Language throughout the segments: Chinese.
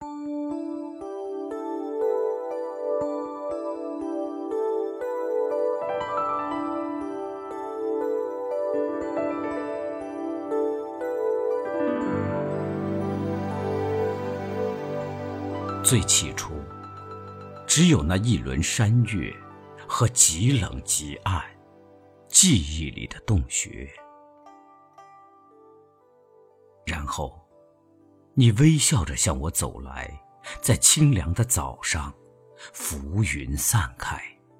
最起初，只有那一轮山月和极冷极暗记忆里的洞穴。然后，你微笑着向我走来，在清凉的早上，浮云散开。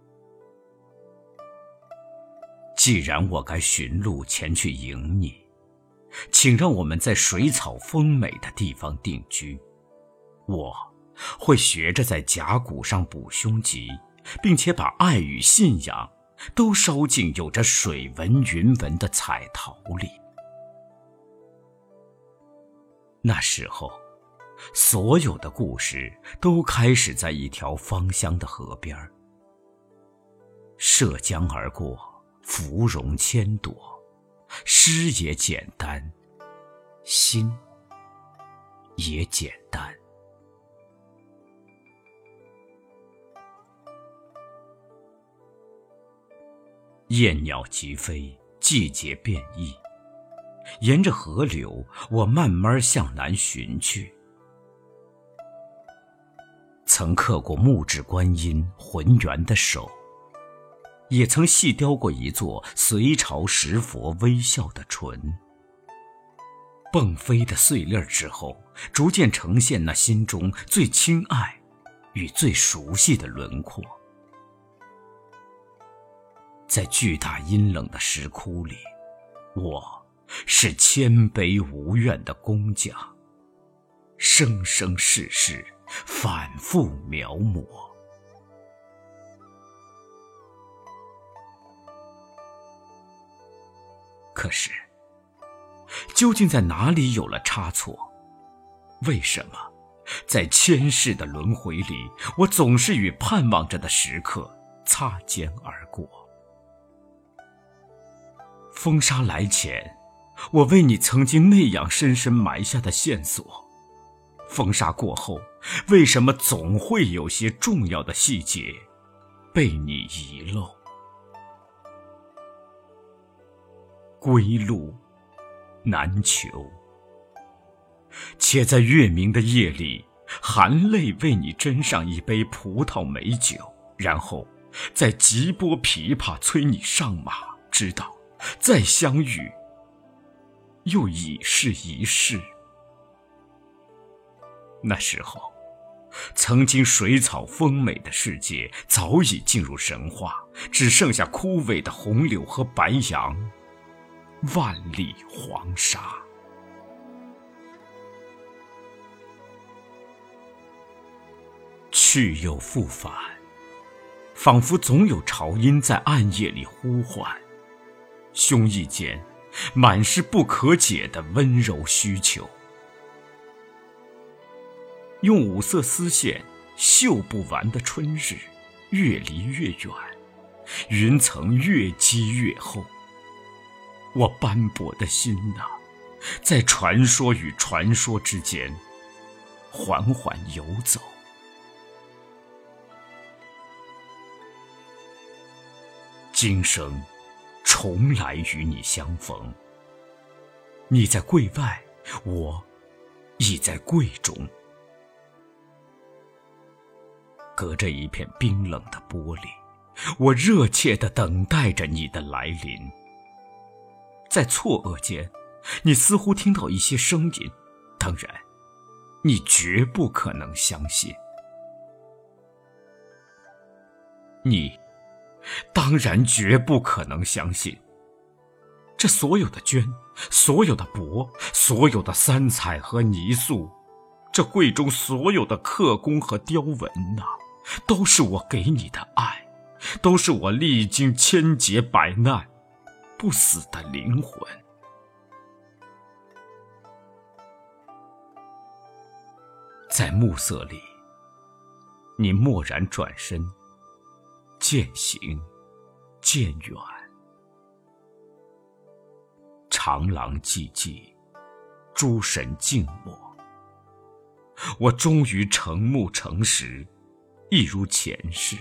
既然我该寻路前去迎你，请让我们在水草丰美的地方定居。我会学着在甲骨上补凶吉，并且把爱与信仰都烧进有着水纹云纹的彩陶里。那时候，所有的故事都开始在一条芳香的河边，涉江而过，芙蓉千朵，诗也简单，心也简单。燕鸟齐飞，季节变异。沿着河流，我慢慢向南寻去。曾刻过木质观音浑圆的手，也曾细雕过一座隋朝石佛微笑的唇。迸飞的碎粒之后，逐渐呈现那心中最亲爱与最熟悉的轮廓。在巨大阴冷的石窟里，我是谦卑无怨的工匠，生生世世反复描摹。可是，究竟在哪里有了差错？为什么在千世的轮回里，我总是与盼望着的时刻擦肩而过？风沙来前，我为你曾经那样深深埋下的线索，风沙过后，为什么总会有些重要的细节被你遗漏？归路难求，且在月明的夜里，含泪为你斟上一杯葡萄美酒，然后在急拨琵琶催你上马，知道再相遇又已是一世。那时候，曾经水草丰美的世界早已进入神话，只剩下枯萎的红柳和白杨，万里黄沙。去又复返，仿佛总有潮音在暗夜里呼唤，胸臆间满是不可解的温柔需求。用五色丝线绣不完的春日，越离越远，云层越积越厚。我斑驳的心啊，在传说与传说之间缓缓游走。今生重来与你相逢，你在柜外，我已在柜中。隔着一片冰冷的玻璃，我热切地等待着你的来临。在错愕间，你似乎听到一些声音，当然，你绝不可能相信。你当然绝不可能相信，这所有的绢，所有的帛，所有的三彩和泥塑，这柜中所有的刻工和雕纹啊，都是我给你的爱，都是我历经千劫百难不死的灵魂。在暮色里，你蓦然转身，渐行渐远。长廊寂寂，诸神静默。 我终于成木成石，一如前世。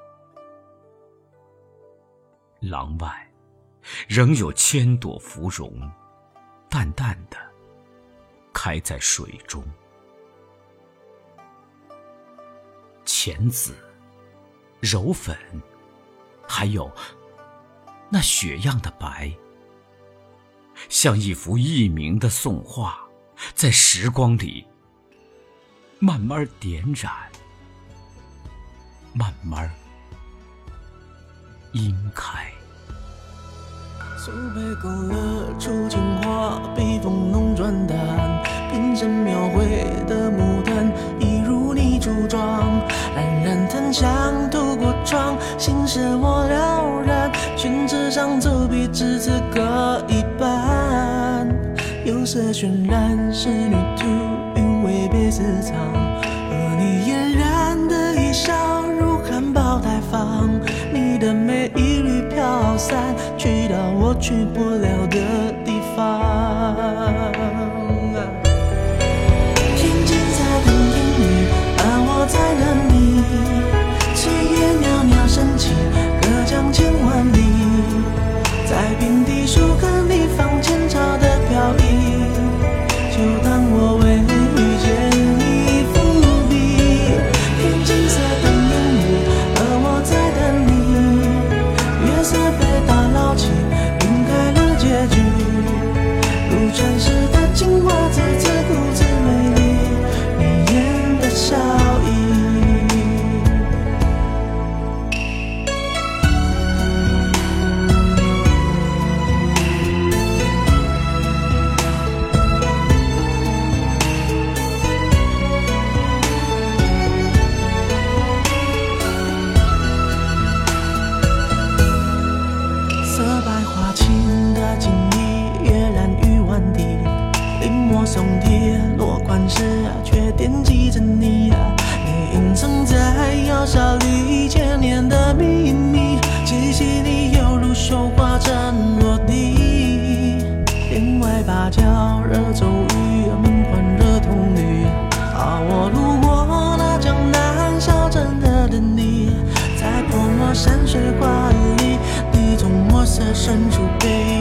廊外仍有千朵芙蓉，淡淡的开在水中。浅紫、柔粉，还有那雪样的白，像一幅佚名的宋画，在时光里慢慢点燃，慢慢晕开。 苏北勾勒出情画，笔锋浓转淡，平生描绘的牡丹，一如你初妆，冉冉檀香透过窗，心事我了然，宣纸上走笔至此各一半，有色渲染仕女图，韵味别私藏，和你嫣然的一笑如含苞待放，你的美一缕飘散，去到我去不了的地方。天青色等烟雨，而我在等你，炊烟袅袅升起，隔江千万里，在平地树根里放前朝的飘逸，就当我为遇见你伏笔。天青色等烟雨，而我在等你，月色被打捞起，晕开了结局，如传世的情话，字字故字美丽，你眼的笑意。色白花青的锦衣，跃然于万底，临摹松贴落款时，却惦记着你，你隐藏在窑烧里千年的秘密，气息里犹如绣花针落地，帘外芭蕉惹骤雨，门环惹铜绿，我路过那江南小镇的等你，在泼墨山水画里，你从墨色深处背